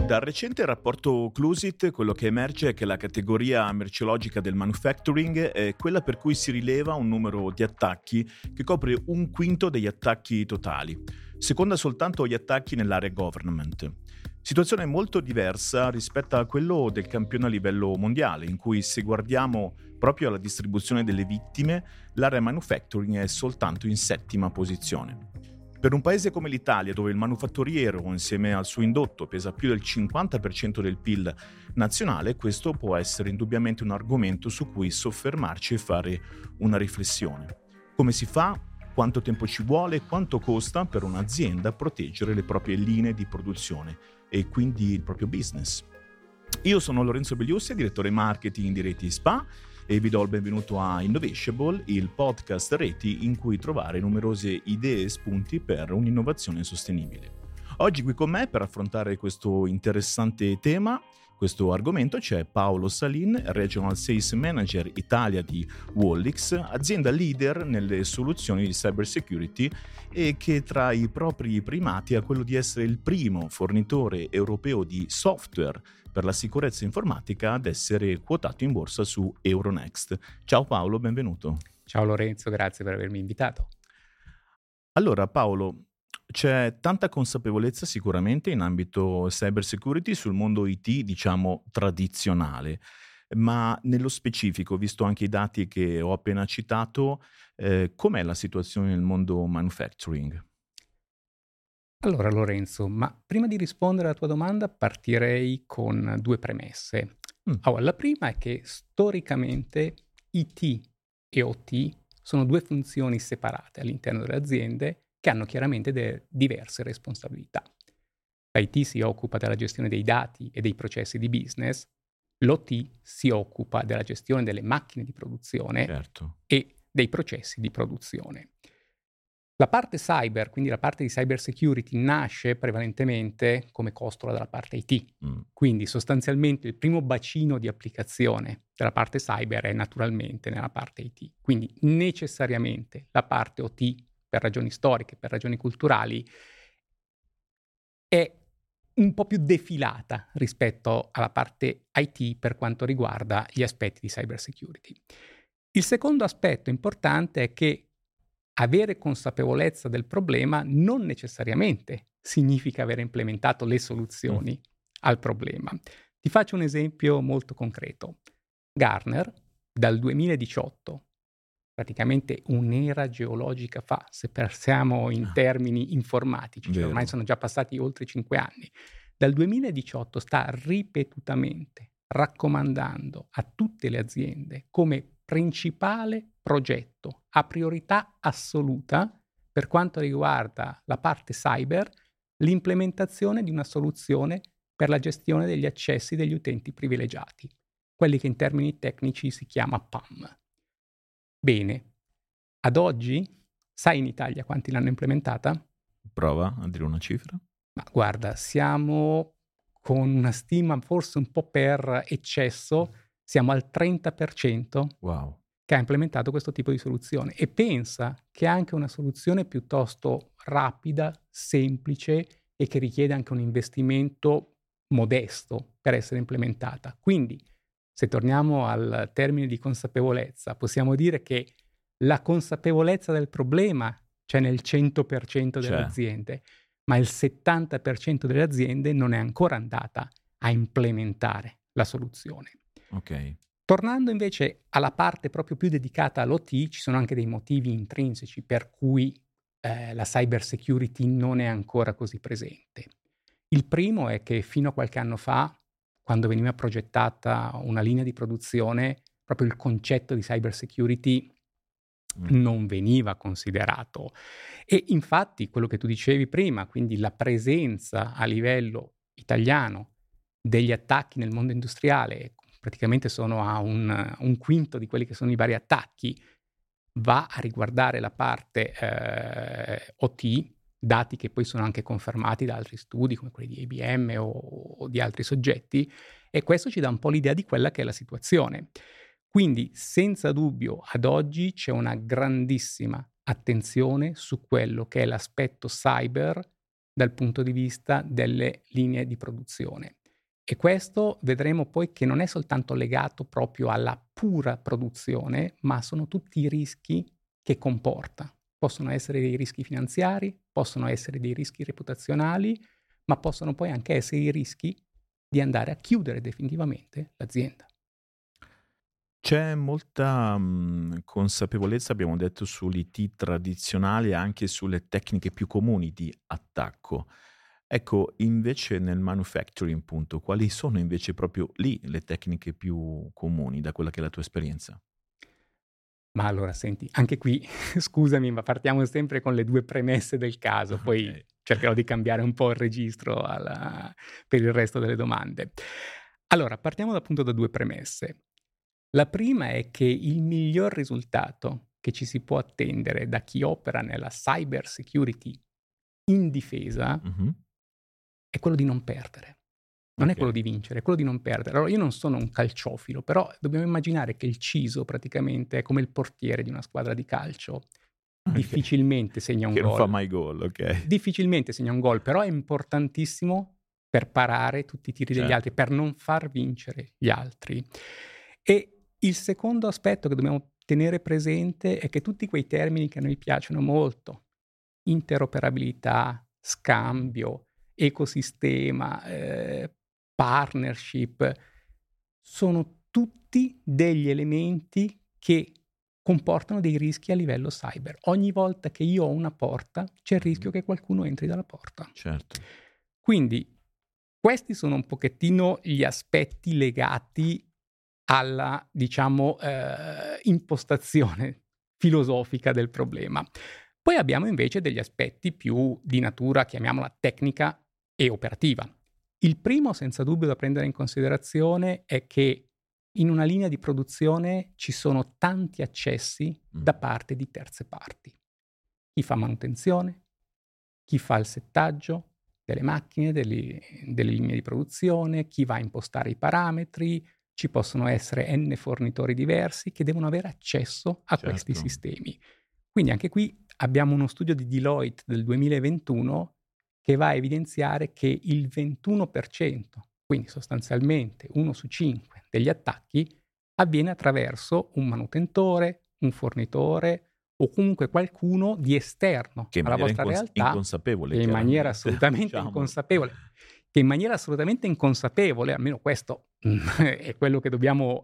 Dal recente rapporto Clusit, quello che emerge è che la categoria merceologica del manufacturing è quella per cui si rileva un numero di attacchi che copre un quinto degli attacchi totali, seconda soltanto gli attacchi nell'area government. Situazione molto diversa rispetto a quello del campione a livello mondiale, in cui se guardiamo proprio alla distribuzione delle vittime, l'area manufacturing è soltanto in settima posizione. Per un paese come l'Italia, dove il manufatturiero, insieme al suo indotto, pesa più del 50% del PIL nazionale, questo può essere indubbiamente un argomento su cui soffermarci e fare una riflessione. Come si fa? Quanto tempo ci vuole? Quanto costa per un'azienda proteggere le proprie linee di produzione e quindi il proprio business? Io sono Lorenzo Begliussi, direttore marketing di Reti Spa, e vi do il benvenuto a Innovatiable, il podcast Reti in cui trovare numerose idee e spunti per un'innovazione sostenibile. Oggi qui con me per affrontare questo interessante tema, questo argomento, c'è Paolo Salin, Regional Sales Manager Italia di Wallix, azienda leader nelle soluzioni di cybersecurity e che tra i propri primati ha quello di essere il primo fornitore europeo di software per la sicurezza informatica ad essere quotato in borsa su Euronext. Ciao Paolo, benvenuto. Ciao Lorenzo, grazie per avermi invitato. Allora Paolo, c'è tanta consapevolezza sicuramente in ambito cyber security sul mondo IT, diciamo, tradizionale, ma nello specifico, visto anche i dati che ho appena citato, com'è la situazione nel mondo manufacturing? Allora Lorenzo, ma prima di rispondere alla tua domanda partirei con due premesse. Allora, la prima è che storicamente IT e OT sono due funzioni separate all'interno delle aziende che hanno chiaramente diverse responsabilità. L'IT si occupa della gestione dei dati e dei processi di business, l'OT si occupa della gestione delle macchine di produzione Certo. e dei processi di produzione. La parte cyber, quindi la parte di cyber security, nasce prevalentemente come costola dalla parte IT. Quindi sostanzialmente il primo bacino di applicazione della parte cyber è naturalmente nella parte IT. Quindi necessariamente la parte OT, per ragioni storiche, per ragioni culturali, è un po' più defilata rispetto alla parte IT per quanto riguarda gli aspetti di cyber security. Il secondo aspetto importante è che avere consapevolezza del problema non necessariamente significa aver implementato le soluzioni al problema. Ti faccio un esempio molto concreto. Gartner, dal 2018, praticamente un'era geologica fa, se pensiamo in termini informatici, cioè ormai sono già passati oltre 5 anni, dal 2018 sta ripetutamente raccomandando a tutte le aziende come principale progetto a priorità assoluta per quanto riguarda la parte cyber, l'implementazione di una soluzione per la gestione degli accessi degli utenti privilegiati, quelli che in termini tecnici si chiama PAM. Bene, ad oggi, sai in Italia quanti l'hanno implementata? Prova a dire una cifra. Ma guarda, siamo con una stima forse un po' per eccesso, siamo al 30%. Wow. Che ha implementato questo tipo di soluzione e pensa che è anche una soluzione piuttosto rapida, semplice e che richiede anche un investimento modesto per essere implementata. Quindi, se torniamo al termine di consapevolezza, possiamo dire che la consapevolezza del problema c'è nel 100% delle aziende, ma il 70% delle aziende non è ancora andata a implementare la soluzione. Ok. Tornando invece alla parte proprio più dedicata all'OT, ci sono anche dei motivi intrinseci per cui la cyber security non è ancora così presente. Il primo è che fino a qualche anno fa, quando veniva progettata una linea di produzione, proprio il concetto di cyber security non veniva considerato. E infatti quello che tu dicevi prima, quindi la presenza a livello italiano degli attacchi nel mondo industriale, praticamente sono a un quinto di quelli che sono i vari attacchi, va a riguardare la parte OT, dati che poi sono anche confermati da altri studi come quelli di IBM o di altri soggetti, e questo ci dà un po' l'idea di quella che è la situazione. Quindi senza dubbio ad oggi c'è una grandissima attenzione su quello che è l'aspetto cyber dal punto di vista delle linee di produzione. E questo vedremo poi che non è soltanto legato proprio alla pura produzione, ma sono tutti i rischi che comporta. Possono essere dei rischi finanziari, possono essere dei rischi reputazionali, ma possono poi anche essere i rischi di andare a chiudere definitivamente l'azienda. C'è molta consapevolezza, abbiamo detto, sull'IT tradizionale e anche sulle tecniche più comuni di attacco. Ecco, invece nel manufacturing, appunto, quali sono invece proprio lì le tecniche più comuni da quella che è la tua esperienza? Ma allora senti, anche qui scusami, ma partiamo sempre con le 2 premesse del caso, poi Okay. cercherò di cambiare un po' il registro per il resto delle domande. Allora, partiamo appunto da 2 premesse. La prima è che il miglior risultato che ci si può attendere da chi opera nella cyber security in difesa Mh-mh. è quello di non perdere. Non è quello Okay. di vincere, è quello di non perdere. Allora io non sono un calciofilo, però dobbiamo immaginare che il CISO praticamente è come il portiere di una squadra di calcio. Okay. Difficilmente segna un Che non fa gol. mai gol, okay. Difficilmente segna un gol, però è importantissimo per parare tutti i tiri degli altri, Certo. per non far vincere gli altri. E il secondo aspetto che dobbiamo tenere presente è che tutti quei termini che a noi piacciono molto, interoperabilità, scambio, ecosistema, partnership, sono tutti degli elementi che comportano dei rischi a livello cyber. Ogni volta che io ho una porta, c'è il Mh-mh. rischio che qualcuno entri dalla porta. Certo. Quindi questi sono un pochettino gli aspetti legati alla, diciamo, impostazione filosofica del problema. Poi abbiamo invece degli aspetti più di natura, chiamiamola tecnica e operativa. Il primo, senza dubbio da prendere in considerazione, è che in una linea di produzione ci sono tanti accessi da Mh. parte di terze parti. Chi fa manutenzione, chi fa il settaggio delle macchine, delle linee di produzione, chi va a impostare i parametri, ci possono essere n fornitori diversi che devono avere accesso a questi Certo. sistemi. Quindi anche qui abbiamo uno studio di Deloitte del 2021 che va a evidenziare che il 21%, quindi sostanzialmente 1 su 5 degli attacchi, avviene attraverso un manutentore, un fornitore o comunque qualcuno di esterno Che in alla maniera vostra realtà inconsapevole che in maniera chiaramente, assolutamente diciamolo. inconsapevole, almeno questo è quello che dobbiamo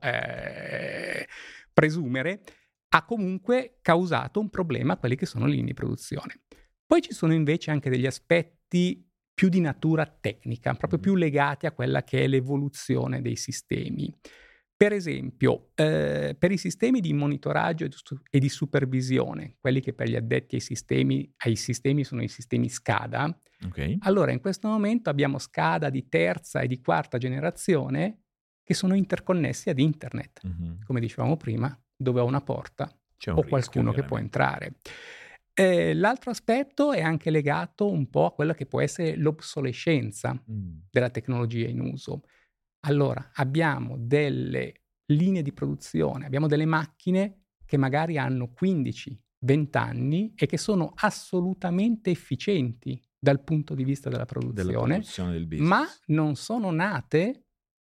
presumere, ha comunque causato un problema a quelli che sono le linee di produzione. Poi ci sono invece anche degli aspetti più di natura tecnica, proprio Mh-mh. più legati a quella che è l'evoluzione dei sistemi. Per esempio, per i sistemi di monitoraggio e di supervisione, quelli che per gli addetti ai sistemi sono i sistemi SCADA, Okay. allora in questo momento abbiamo SCADA di terza e di quarta generazione che sono interconnessi ad internet. Mh-mh. Come dicevamo prima, dove ho una porta C'è un o rischio qualcuno che può chiaramente. entrare. L'altro aspetto è anche legato un po' a quella che può essere l'obsolescenza Mh. della tecnologia in uso. Allora, abbiamo delle linee di produzione, abbiamo delle macchine che magari hanno 15, 20 anni e che sono assolutamente efficienti dal punto di vista della Della produzione, produzione del ma business. non sono nate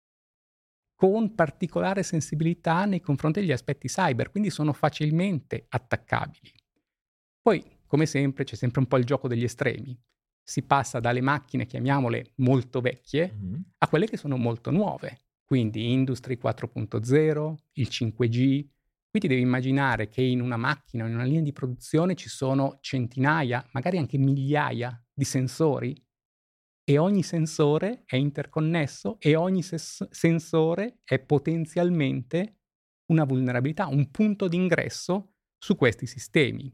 con particolare sensibilità nei confronti degli aspetti cyber, quindi sono facilmente attaccabili. Poi, come sempre, c'è sempre un po' il gioco degli estremi. Si passa dalle macchine, chiamiamole molto vecchie, Mh-mh. a quelle che sono molto nuove. Quindi Industry 4.0, il 5G. Qui ti devi immaginare che in una macchina, in una linea di produzione ci sono centinaia, magari anche migliaia di sensori e ogni sensore è interconnesso e ogni sensore è potenzialmente una vulnerabilità, un punto d'ingresso su questi sistemi.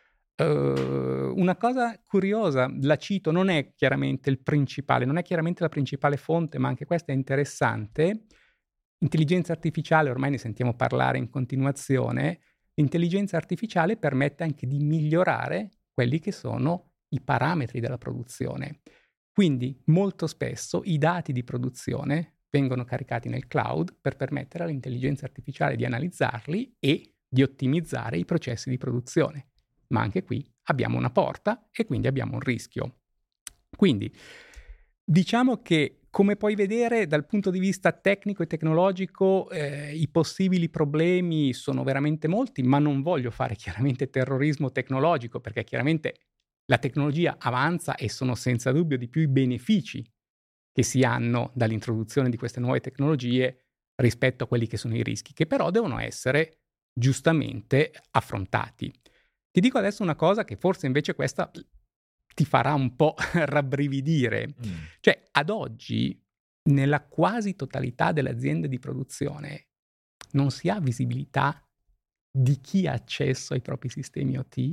Una cosa curiosa, la cito, non è chiaramente il principale, non è chiaramente la principale fonte, ma anche questa è interessante. Intelligenza artificiale, ormai ne sentiamo parlare in continuazione, l'intelligenza artificiale permette anche di migliorare quelli che sono i parametri della produzione. Quindi molto spesso i dati di produzione vengono caricati nel cloud per permettere all'intelligenza artificiale di analizzarli e di ottimizzare i processi di produzione. Ma anche qui abbiamo una porta e quindi abbiamo un rischio. Quindi diciamo che come puoi vedere, dal punto di vista tecnico e tecnologico, i possibili problemi sono veramente molti, ma non voglio fare chiaramente terrorismo tecnologico, perché chiaramente la tecnologia avanza e sono senza dubbio di più i benefici che si hanno dall'introduzione di queste nuove tecnologie rispetto a quelli che sono i rischi, che però devono essere giustamente affrontati. Ti dico adesso una cosa che forse invece questa ti farà un po' rabbrividire. Cioè, ad oggi, nella quasi totalità delle aziende di produzione, non si ha visibilità di chi ha accesso ai propri sistemi OT,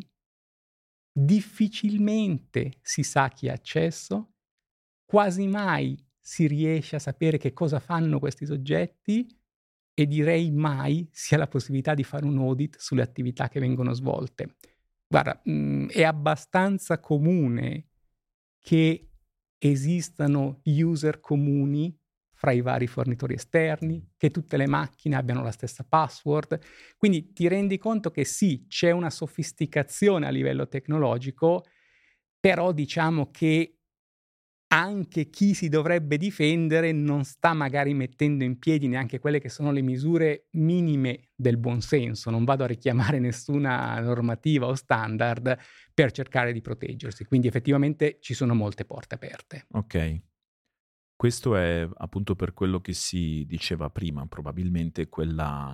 difficilmente si sa chi ha accesso, quasi mai si riesce a sapere che cosa fanno questi soggetti e direi mai si ha la possibilità di fare un audit sulle attività che vengono svolte. Guarda, è abbastanza comune che esistano user comuni fra i vari fornitori esterni, che tutte le macchine abbiano la stessa password. Quindi ti rendi conto che sì, c'è una sofisticazione a livello tecnologico, però diciamo che anche chi si dovrebbe difendere non sta magari mettendo in piedi neanche quelle che sono le misure minime del buonsenso. Non vado a richiamare nessuna normativa o standard per cercare di proteggersi. Quindi effettivamente ci sono molte porte aperte. Ok. Questo è appunto per quello che si diceva prima, probabilmente quella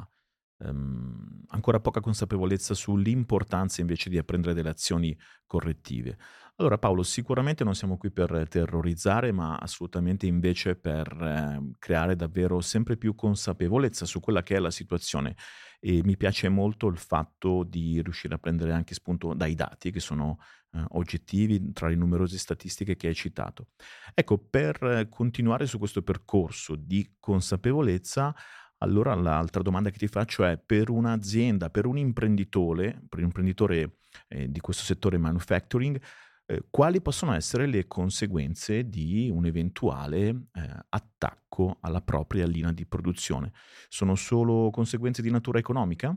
ancora poca consapevolezza sull'importanza invece di apprendere delle azioni correttive. Allora Paolo, sicuramente non siamo qui per terrorizzare, ma assolutamente invece per creare davvero sempre più consapevolezza su quella che è la situazione. E mi piace molto il fatto di riuscire a prendere anche spunto dai dati che sono oggettivi tra le numerose statistiche che hai citato. Ecco, per continuare su questo percorso di consapevolezza, allora l'altra domanda che ti faccio è: per un'azienda, per un imprenditore, di questo settore manufacturing, quali possono essere le conseguenze di un eventuale attacco alla propria linea di produzione? Sono solo conseguenze di natura economica?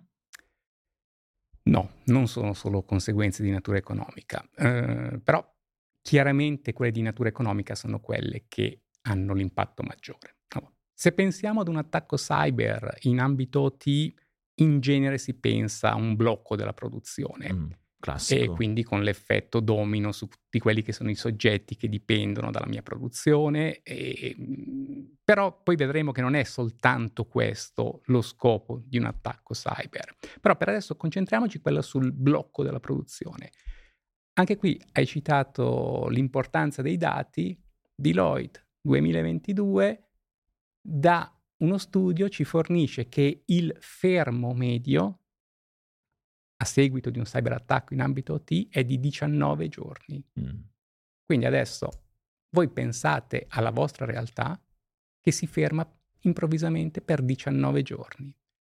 No, non sono solo conseguenze di natura economica, però chiaramente quelle di natura economica sono quelle che hanno l'impatto maggiore. No. Se pensiamo ad un attacco cyber in ambito OT, in genere si pensa a un blocco della produzione e Classico. quindi con l'effetto domino su tutti quelli che sono i soggetti che dipendono dalla mia produzione, però poi vedremo che non è soltanto questo lo scopo di un attacco cyber. Però per adesso concentriamoci quello sul blocco della produzione. Anche qui hai citato l'importanza dei dati. Deloitte 2022 da uno studio ci fornisce che il fermo medio a seguito di un cyberattacco in ambito OT è di 19 giorni. Quindi adesso voi pensate alla vostra realtà che si ferma improvvisamente per 19 giorni.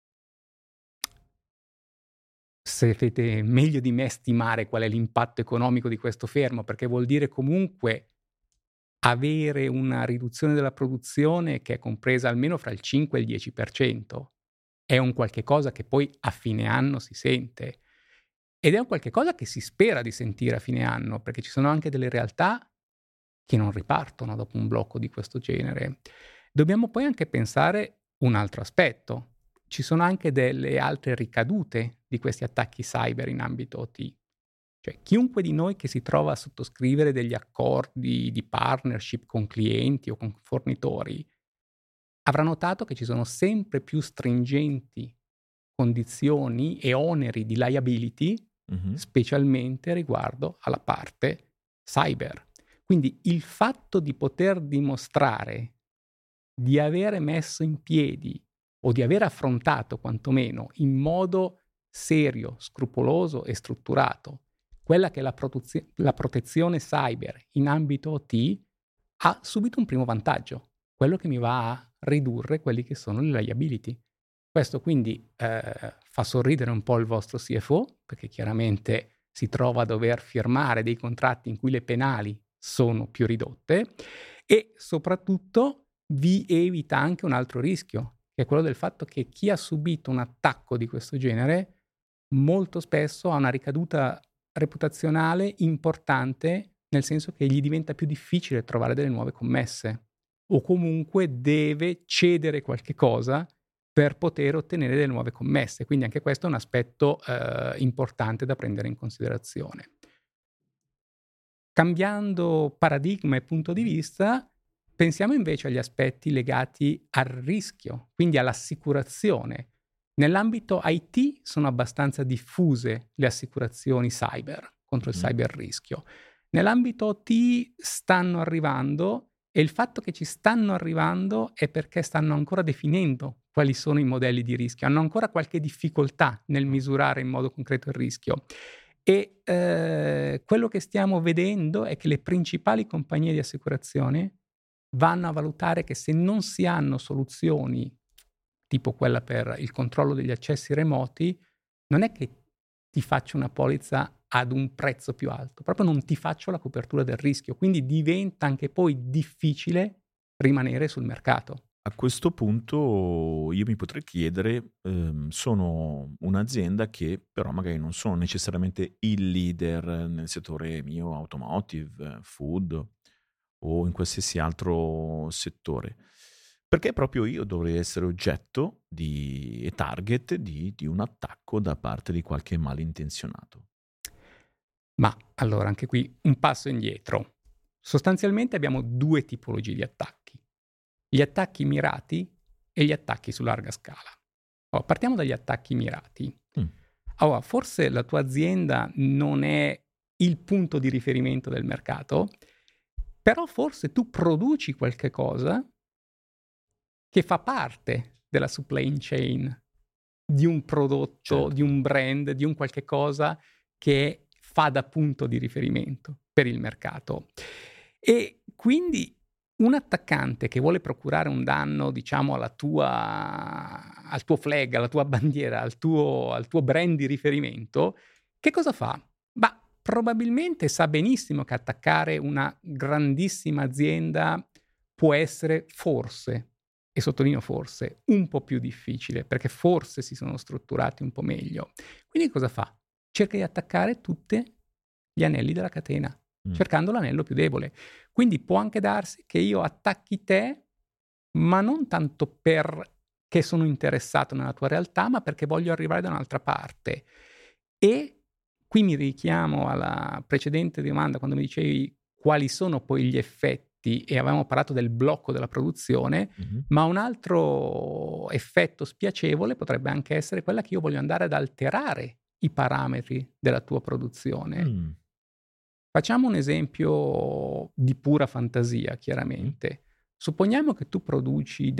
Sapete meglio di me stimare qual è l'impatto economico di questo fermo, perché vuol dire comunque avere una riduzione della produzione che è compresa almeno fra il 5 e il 10%. È un qualche cosa che poi a fine anno si sente. Ed è un qualche cosa che si spera di sentire a fine anno, perché ci sono anche delle realtà che non ripartono dopo un blocco di questo genere. Dobbiamo poi anche pensare un altro aspetto. Ci sono anche delle altre ricadute di questi attacchi cyber in ambito OT. Cioè, chiunque di noi che si trova a sottoscrivere degli accordi di partnership con clienti o con fornitori avrà notato che ci sono sempre più stringenti condizioni e oneri di liability, specialmente riguardo alla parte cyber. Quindi il fatto di poter dimostrare di avere messo in piedi o di aver affrontato quantomeno in modo serio, scrupoloso e strutturato quella che è la protezione cyber in ambito OT ha subito un primo vantaggio, quello che mi va a ridurre quelli che sono le liability. Questo quindi fa sorridere un po' il vostro CFO, perché chiaramente si trova a dover firmare dei contratti in cui le penali sono più ridotte e soprattutto vi evita anche un altro rischio, che è quello del fatto che chi ha subito un attacco di questo genere molto spesso ha una ricaduta reputazionale importante, nel senso che gli diventa più difficile trovare delle nuove commesse o comunque deve cedere qualche cosa per poter ottenere delle nuove commesse. Quindi anche questo è un aspetto importante da prendere in considerazione. Cambiando paradigma e punto di vista, pensiamo invece agli aspetti legati al rischio, quindi all'assicurazione. Nell'ambito IT sono abbastanza diffuse le assicurazioni cyber contro il cyber rischio. Nell'ambito OT stanno arrivando, e il fatto che ci stanno arrivando è perché stanno ancora definendo quali sono i modelli di rischio, hanno ancora qualche difficoltà nel misurare in modo concreto il rischio. E quello che stiamo vedendo è che le principali compagnie di assicurazione vanno a valutare che se non si hanno soluzioni tipo quella per il controllo degli accessi remoti, non è che ti faccio una polizza ad un prezzo più alto, proprio non ti faccio la copertura del rischio, quindi diventa anche poi difficile rimanere sul mercato. A questo punto io mi potrei chiedere, sono un'azienda che però magari non sono necessariamente il leader nel settore mio, automotive, food o in qualsiasi altro settore. Perché proprio io dovrei essere oggetto e target di un attacco da parte di qualche malintenzionato? Ma allora anche qui un passo indietro. Sostanzialmente abbiamo due tipologie di attacchi: gli attacchi mirati e gli attacchi su larga scala. Allora, partiamo dagli attacchi mirati. Allora, forse la tua azienda non è il punto di riferimento del mercato, però forse tu produci qualche cosa che fa parte della supply chain di un prodotto, Certo. di un brand, di un qualche cosa che fa da punto di riferimento per il mercato. E quindi un attaccante che vuole procurare un danno, diciamo, al tuo flag, alla tua bandiera, al tuo brand di riferimento, che cosa fa? Bah, probabilmente sa benissimo che attaccare una grandissima azienda può essere forse, e sottolineo forse, un po' più difficile, perché forse si sono strutturati un po' meglio. Quindi cosa fa? Cerca di attaccare tutti gli anelli della catena, cercando l'anello più debole. Quindi può anche darsi che io attacchi te, ma non tanto perché sono interessato nella tua realtà, ma perché voglio arrivare da un'altra parte. E qui mi richiamo alla precedente domanda, quando mi dicevi quali sono poi gli effetti, e avevamo parlato del blocco della produzione, ma un altro effetto spiacevole potrebbe anche essere quella che io voglio andare ad alterare i parametri della tua produzione. Facciamo un esempio di pura fantasia, chiaramente. Supponiamo che tu produci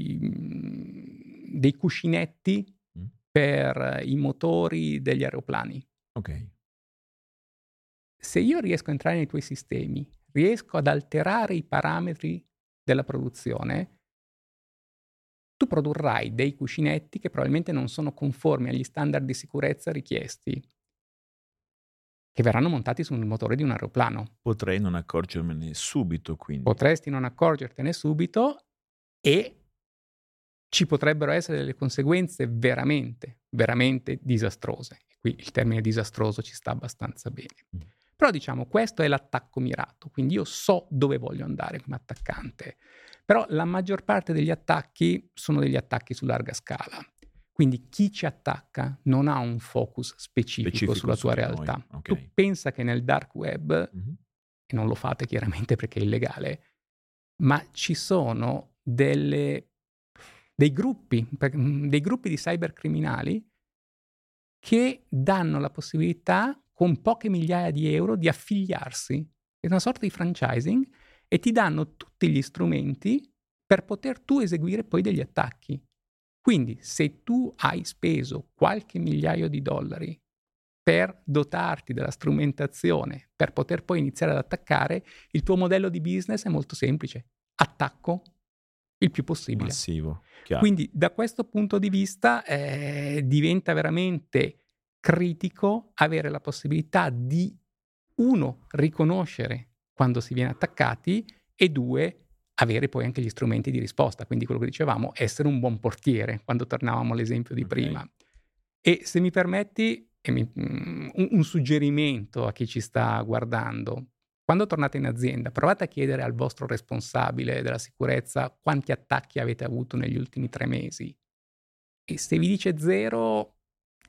dei cuscinetti per i motori degli aeroplani. Ok. Se io riesco a entrare nei tuoi sistemi, riesco ad alterare i parametri della produzione, tu produrrai dei cuscinetti che probabilmente non sono conformi agli standard di sicurezza richiesti, che verranno montati sul motore di un aeroplano. Potrei non accorgermene subito, quindi. Potresti non accorgertene subito e ci potrebbero essere delle conseguenze veramente, veramente disastrose. E qui il termine disastroso ci sta abbastanza bene. Però diciamo, questo è l'attacco mirato, quindi io so dove voglio andare come attaccante. Però la maggior parte degli attacchi sono degli attacchi su larga scala. Quindi chi ci attacca non ha un focus specifico sulla tua realtà. Okay. Tu pensa che nel dark web, e non lo fate chiaramente perché è illegale, ma ci sono dei gruppi di cybercriminali che danno la possibilità, con poche migliaia di euro, di affiliarsi. È una sorta di franchising e ti danno tutti gli strumenti per poter tu eseguire poi degli attacchi. Quindi se tu hai speso qualche migliaio di dollari per dotarti della strumentazione, per poter poi iniziare ad attaccare, il tuo modello di business è molto semplice. Attacco il più possibile. Massivo, chiaro. Quindi da questo punto di vista diventa veramente critico avere la possibilità di, uno, riconoscere quando si viene attaccati e due, avere poi anche gli strumenti di risposta. Quindi quello che dicevamo, essere un buon portiere, quando tornavamo all'esempio di prima. E se mi permetti, un suggerimento a chi ci sta guardando. Quando tornate in azienda, provate a chiedere al vostro responsabile della sicurezza quanti attacchi avete avuto negli ultimi 3 mesi. E se vi dice 0,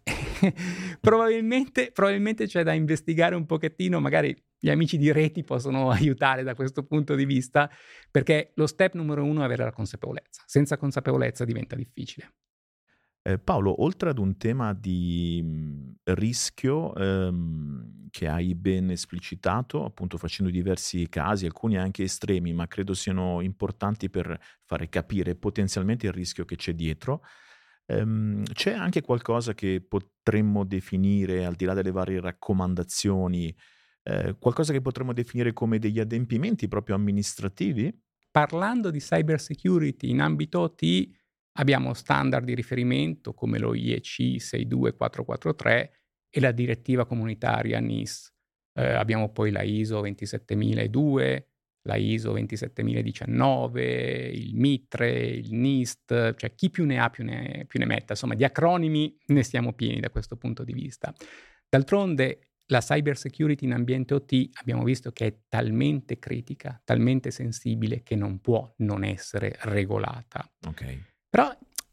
probabilmente c'è da investigare un pochettino, magari gli amici di Reti possono aiutare da questo punto di vista, perché lo step numero 1 è avere la consapevolezza. Senza consapevolezza diventa difficile. Paolo, oltre ad un tema di rischio che hai ben esplicitato, appunto facendo diversi casi, alcuni anche estremi, ma credo siano importanti per fare capire potenzialmente il rischio che c'è dietro, c'è anche qualcosa che potremmo definire, al di là delle varie raccomandazioni, qualcosa che potremmo definire come degli adempimenti proprio amministrativi? Parlando di cyber security in ambito OT, abbiamo standard di riferimento come lo IEC 62443 e la direttiva comunitaria NIS. Abbiamo poi la ISO 27002, la ISO 27019, il MITRE, il NIST, cioè chi più ne ha più ne metta. Insomma, di acronimi ne siamo pieni da questo punto di vista. D'altronde la cyber security in ambiente OT abbiamo visto che è talmente critica, talmente sensibile che non può non essere regolata. Ok. Però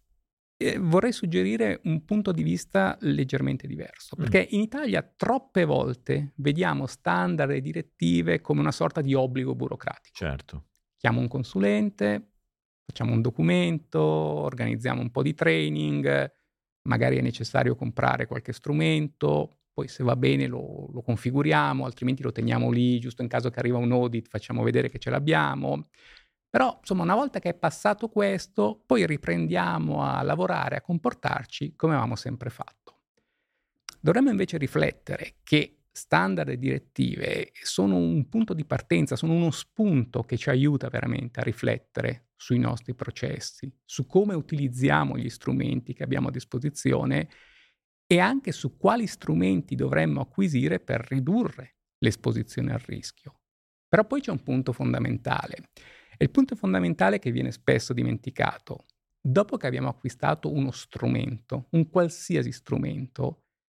vorrei suggerire un punto di vista leggermente diverso, perché in Italia troppe volte vediamo standard e direttive come una sorta di obbligo burocratico. Certo. Chiamo un consulente, facciamo un documento, organizziamo un po' di training, magari è necessario comprare qualche strumento, poi se va bene lo configuriamo, altrimenti lo teniamo lì, giusto in caso che arriva un audit facciamo vedere che ce l'abbiamo. Però, insomma, una volta che è passato questo, poi riprendiamo a lavorare, a comportarci come avevamo sempre fatto. Dovremmo invece riflettere che standard e direttive sono un punto di partenza, sono uno spunto che ci aiuta veramente a riflettere sui nostri processi, su come utilizziamo gli strumenti che abbiamo a disposizione e anche su quali strumenti dovremmo acquisire per ridurre l'esposizione al rischio. Però poi c'è un punto fondamentale. E il punto fondamentale che viene spesso dimenticato. Dopo che abbiamo acquistato uno strumento, un qualsiasi strumento,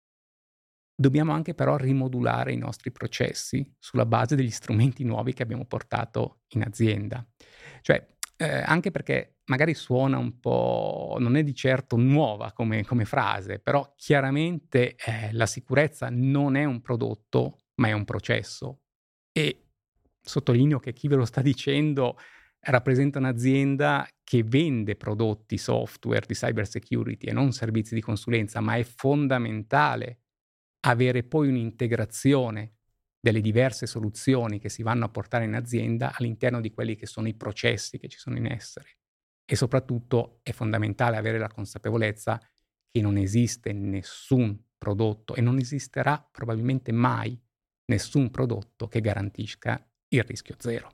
dobbiamo anche però rimodulare i nostri processi sulla base degli strumenti nuovi che abbiamo portato in azienda. Cioè, anche perché magari suona un po', non è di certo nuova come frase, però chiaramente la sicurezza non è un prodotto, ma è un processo. E sottolineo che chi ve lo sta dicendo rappresenta un'azienda che vende prodotti software di cyber security e non servizi di consulenza, ma è fondamentale avere poi un'integrazione delle diverse soluzioni che si vanno a portare in azienda all'interno di quelli che sono i processi che ci sono in essere. E soprattutto è fondamentale avere la consapevolezza che non esiste nessun prodotto e non esisterà probabilmente mai nessun prodotto che garantisca il rischio zero.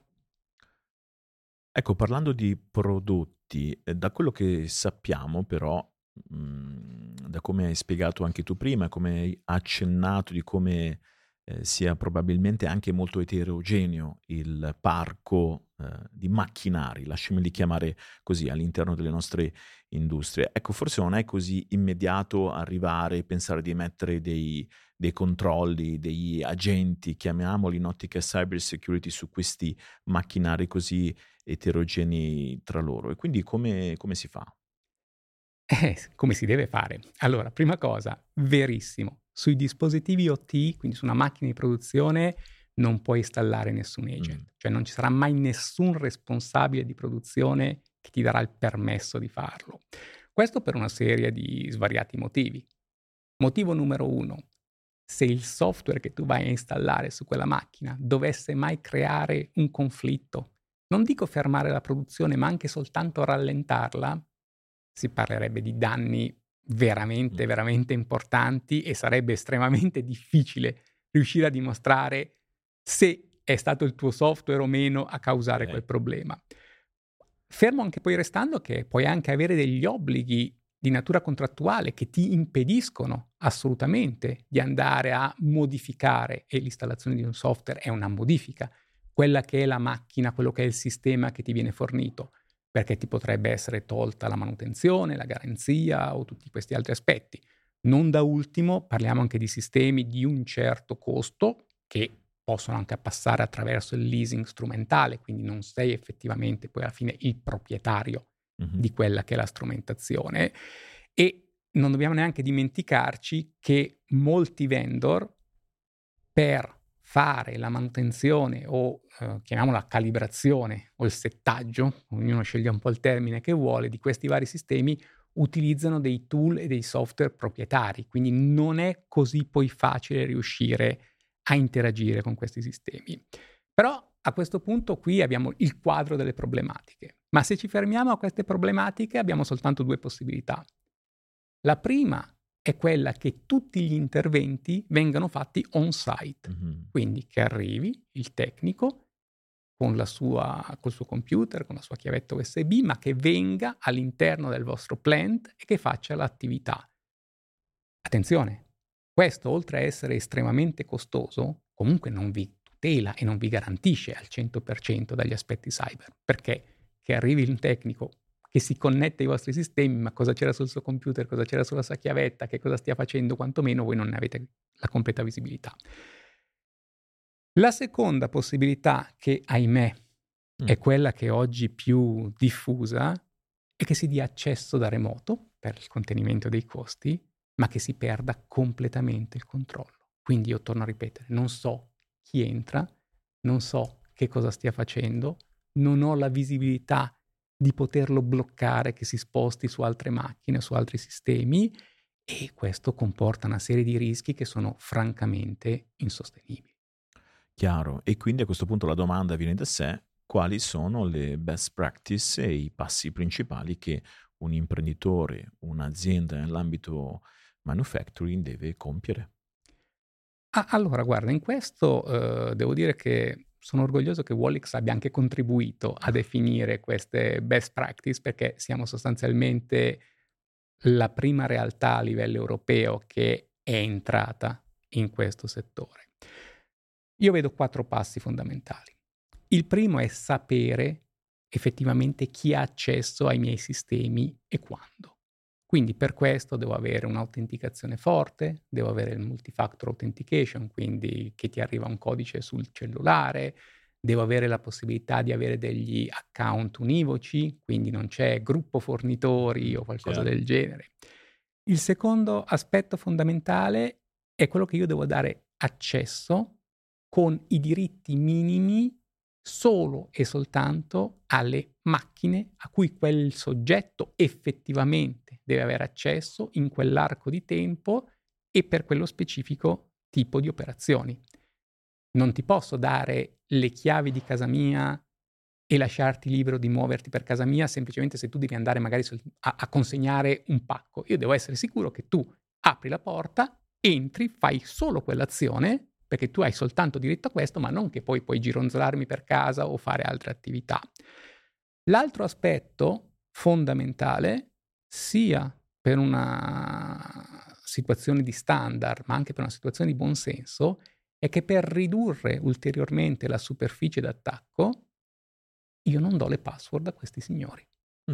Ecco, parlando di prodotti, da quello che sappiamo però, da come hai spiegato anche tu prima, come hai accennato di come, sia probabilmente anche molto eterogeneo il parco, di macchinari, lasciamoli chiamare così, all'interno delle nostre industrie. Ecco, forse non è così immediato arrivare e pensare di mettere dei controlli, degli agenti, chiamiamoli in ottica cyber security, su questi macchinari così eterogenei tra loro. E quindi come si fa? Come si deve fare? Allora, prima cosa, verissimo. Sui dispositivi OT, quindi su una macchina di produzione, non puoi installare nessun agent. Cioè non ci sarà mai nessun responsabile di produzione che ti darà il permesso di farlo. Questo per una serie di svariati motivi. Motivo numero 1. Se il software che tu vai a installare su quella macchina dovesse mai creare un conflitto, non dico fermare la produzione, ma anche soltanto rallentarla, si parlerebbe di danni veramente, veramente importanti e sarebbe estremamente difficile riuscire a dimostrare se è stato il tuo software o meno a causare quel problema. Fermo anche poi restando che puoi anche avere degli obblighi di natura contrattuale che ti impediscono assolutamente di andare a modificare, e l'installazione di un software è una modifica, quella che è la macchina, quello che è il sistema che ti viene fornito, perché ti potrebbe essere tolta la manutenzione, la garanzia o tutti questi altri aspetti. Non da ultimo parliamo anche di sistemi di un certo costo che possono anche passare attraverso il leasing strumentale, quindi non sei effettivamente poi alla fine il proprietario di quella che è la strumentazione. E non dobbiamo neanche dimenticarci che molti vendor, per fare la manutenzione o chiamiamola calibrazione o il settaggio, ognuno sceglie un po' il termine che vuole, di questi vari sistemi, utilizzano dei tool e dei software proprietari, quindi non è così poi facile riuscire a interagire con questi sistemi. Però a questo punto qui abbiamo il quadro delle problematiche, ma se ci fermiamo a queste problematiche abbiamo soltanto due possibilità. La prima è quella che tutti gli interventi vengano fatti on-site, quindi che arrivi il tecnico col suo computer, con la sua chiavetta USB, ma che venga all'interno del vostro plant e che faccia l'attività. Attenzione, questo oltre a essere estremamente costoso, comunque non vi tutela e non vi garantisce al 100% dagli aspetti cyber, perché che arrivi un tecnico che si connette ai vostri sistemi, ma cosa c'era sul suo computer, cosa c'era sulla sua chiavetta, che cosa stia facendo, quantomeno voi non ne avete la completa visibilità. La seconda possibilità, che ahimè è quella che è oggi più diffusa, è che si dia accesso da remoto per il contenimento dei costi, ma che si perda completamente il controllo. Quindi io torno a ripetere, non so chi entra, non so che cosa stia facendo, non ho la visibilità di poterlo bloccare che si sposti su altre macchine, su altri sistemi, e questo comporta una serie di rischi che sono francamente insostenibili. Chiaro, e quindi a questo punto la domanda viene da sé: quali sono le best practice e i passi principali che un imprenditore, un'azienda nell'ambito manufacturing deve compiere? Allora guarda, in questo devo dire che sono orgoglioso che Wallix abbia anche contribuito a definire queste best practice, perché siamo sostanzialmente la prima realtà a livello europeo che è entrata in questo settore. Io vedo 4 passi fondamentali. Il primo è sapere effettivamente chi ha accesso ai miei sistemi e quando. Quindi per questo devo avere un'autenticazione forte, devo avere il multifactor authentication, quindi che ti arriva un codice sul cellulare, devo avere la possibilità di avere degli account univoci, quindi non c'è gruppo fornitori o qualcosa Chiaro. del genere. Il secondo aspetto fondamentale è quello che io devo dare accesso con i diritti minimi solo e soltanto alle macchine a cui quel soggetto effettivamente deve avere accesso in quell'arco di tempo e per quello specifico tipo di operazioni. Non ti posso dare le chiavi di casa mia e lasciarti libero di muoverti per casa mia semplicemente se tu devi andare magari a consegnare un pacco. Io devo essere sicuro che tu apri la porta, entri, fai solo quell'azione, perché tu hai soltanto diritto a questo, ma non che poi puoi gironzolarmi per casa o fare altre attività. L'altro aspetto fondamentale, sia per una situazione di standard, ma anche per una situazione di buonsenso, è che per ridurre ulteriormente la superficie d'attacco, io non do le password a questi signori.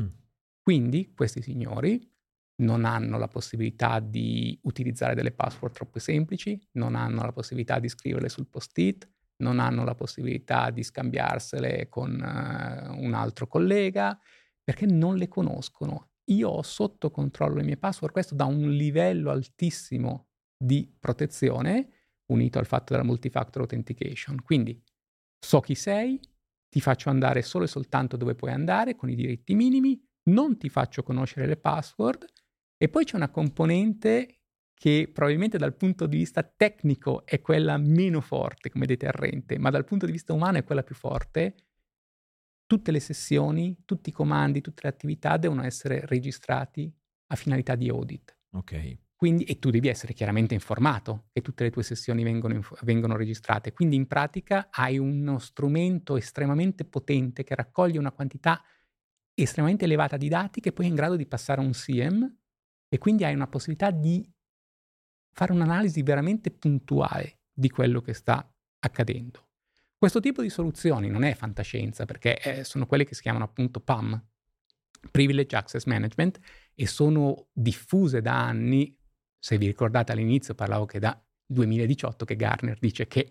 Quindi questi signori non hanno la possibilità di utilizzare delle password troppo semplici, non hanno la possibilità di scriverle sul post-it, non hanno la possibilità di scambiarsele con un altro collega, perché non le conoscono. Io ho sotto controllo le mie password, questo dà un livello altissimo di protezione, unito al fatto della multifactor authentication. Quindi so chi sei, ti faccio andare solo e soltanto dove puoi andare, con i diritti minimi, non ti faccio conoscere le password, e poi c'è una componente che probabilmente dal punto di vista tecnico è quella meno forte come deterrente, ma dal punto di vista umano è quella più forte. Tutte le sessioni, tutti i comandi, tutte le attività devono essere registrati a finalità di audit. Ok. Quindi, e tu devi essere chiaramente informato che tutte le tue sessioni vengono registrate. Quindi in pratica hai uno strumento estremamente potente che raccoglie una quantità estremamente elevata di dati che poi è in grado di passare a un SIEM, e quindi hai una possibilità di fare un'analisi veramente puntuale di quello che sta accadendo. Questo tipo di soluzioni non è fantascienza, perché sono quelle che si chiamano appunto PAM, Privilege Access Management, e sono diffuse da anni. Se vi ricordate all'inizio parlavo che da 2018 che Gartner dice che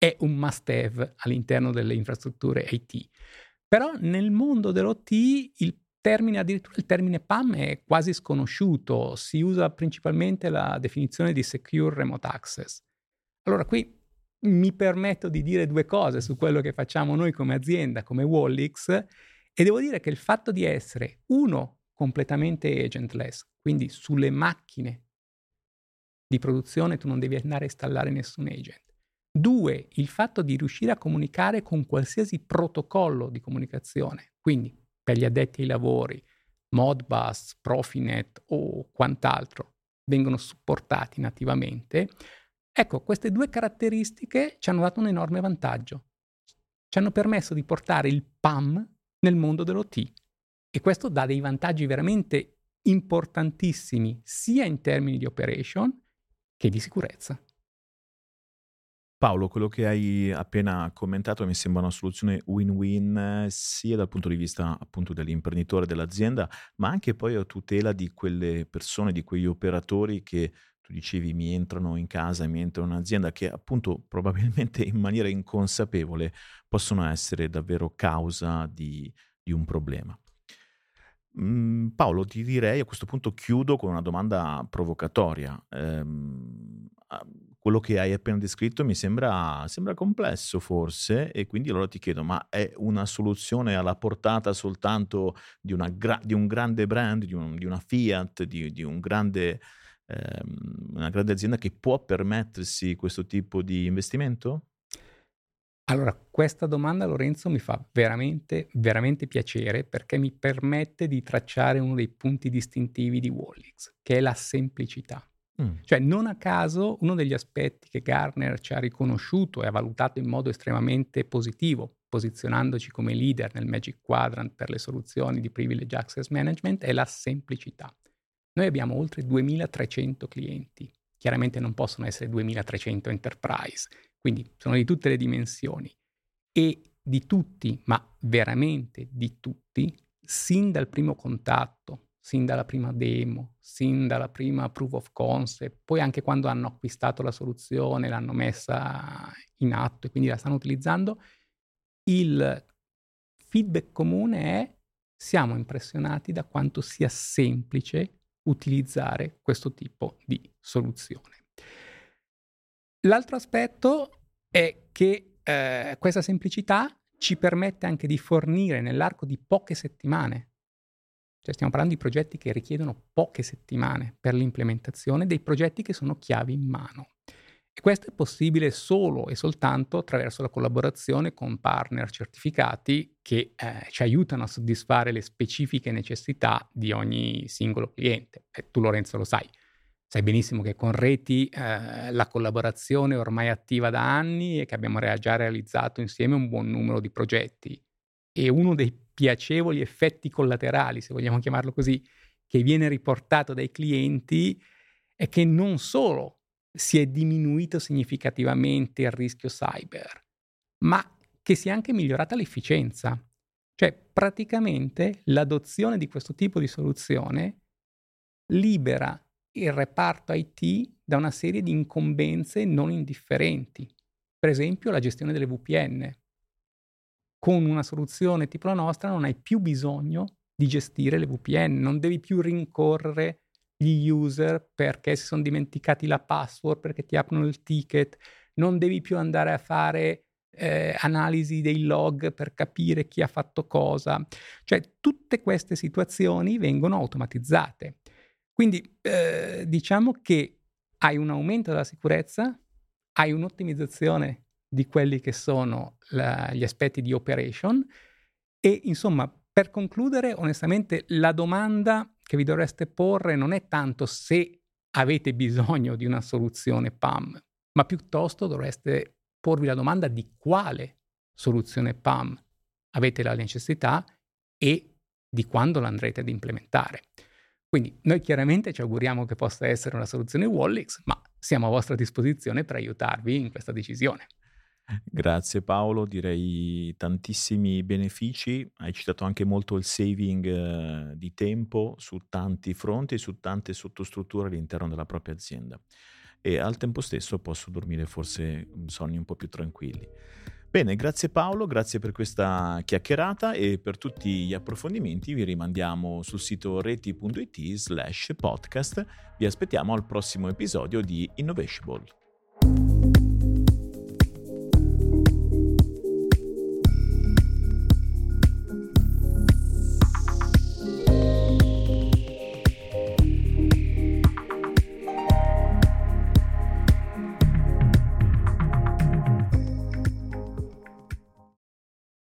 è un must have all'interno delle infrastrutture IT. Però nel mondo dell'OT addirittura il termine PAM è quasi sconosciuto, si usa principalmente la definizione di Secure Remote Access. Allora qui mi permetto di dire due cose su quello che facciamo noi come azienda, come Wallix, e devo dire che il fatto di essere, uno, completamente agentless, quindi sulle macchine di produzione tu non devi andare a installare nessun agent. Due, il fatto di riuscire a comunicare con qualsiasi protocollo di comunicazione, quindi per gli addetti ai lavori, Modbus, Profinet o quant'altro, vengono supportati nativamente. Ecco, queste due caratteristiche ci hanno dato un enorme vantaggio. Ci hanno permesso di portare il PAM nel mondo dell'OT e questo dà dei vantaggi veramente importantissimi sia in termini di operation che di sicurezza. Paolo, quello che hai appena commentato mi sembra una soluzione win-win sia dal punto di vista appunto dell'imprenditore dell'azienda, ma anche poi a tutela di quelle persone, di quegli operatori che tu dicevi mi entrano in casa, mi entrano in un'azienda che appunto probabilmente in maniera inconsapevole possono essere davvero causa di un problema. Paolo, ti direi a questo punto chiudo con una domanda provocatoria. Quello che hai appena descritto mi sembra complesso forse e quindi allora ti chiedo, ma è una soluzione alla portata soltanto di un grande brand, di una Fiat, di una grande azienda che può permettersi questo tipo di investimento? Allora, questa domanda, Lorenzo, mi fa veramente, veramente piacere perché mi permette di tracciare uno dei punti distintivi di Wallix, che è la semplicità. Mh. Cioè, non a caso, uno degli aspetti che Gartner ci ha riconosciuto e ha valutato in modo estremamente positivo, posizionandoci come leader nel Magic Quadrant per le soluzioni di Privileged Access Management, è la semplicità. Noi abbiamo oltre 2300 clienti. Chiaramente non possono essere 2300 enterprise, quindi sono di tutte le dimensioni e di tutti, ma veramente di tutti, sin dal primo contatto, sin dalla prima demo, sin dalla prima proof of concept, poi anche quando hanno acquistato la soluzione, l'hanno messa in atto e quindi la stanno utilizzando, il feedback comune è: siamo impressionati da quanto sia semplice utilizzare questo tipo di soluzione. L'altro aspetto è che questa semplicità ci permette anche di fornire nell'arco di poche settimane, cioè stiamo parlando di progetti che richiedono poche settimane per l'implementazione, dei progetti che sono chiavi in mano. E questo è possibile solo e soltanto attraverso la collaborazione con partner certificati che ci aiutano a soddisfare le specifiche necessità di ogni singolo cliente. E tu, Lorenzo, lo sai. Sai benissimo che con Reti la collaborazione è ormai attiva da anni e che abbiamo già realizzato insieme un buon numero di progetti. E uno dei piacevoli effetti collaterali, se vogliamo chiamarlo così, che viene riportato dai clienti è che non solo si è diminuito significativamente il rischio cyber, ma che si è anche migliorata l'efficienza. Cioè, praticamente l'adozione di questo tipo di soluzione libera il reparto IT da una serie di incombenze non indifferenti. Per esempio, la gestione delle VPN. Con una soluzione tipo la nostra non hai più bisogno di gestire le VPN, non devi più rincorrere gli user perché si sono dimenticati la password, perché ti aprono il ticket, non devi più andare a fare analisi dei log per capire chi ha fatto cosa. Cioè, tutte queste situazioni vengono automatizzate. Quindi diciamo che hai un aumento della sicurezza, hai un'ottimizzazione di quelli che sono gli aspetti di operation e insomma, per concludere, onestamente la domanda che vi dovreste porre non è tanto se avete bisogno di una soluzione PAM, ma piuttosto dovreste porvi la domanda di quale soluzione PAM avete la necessità e di quando l'andrete ad implementare. Quindi noi chiaramente ci auguriamo che possa essere una soluzione Wallix, ma siamo a vostra disposizione per aiutarvi in questa decisione. Grazie Paolo, direi tantissimi benefici. Hai citato anche molto il saving di tempo su tanti fronti e su tante sottostrutture all'interno della propria azienda. e al tempo stesso posso dormire forse sonni un po' più tranquilli. Bene, grazie Paolo, grazie per questa chiacchierata e per tutti gli approfondimenti vi rimandiamo sul sito reti.it/podcast. Vi aspettiamo al prossimo episodio di Innovatiable.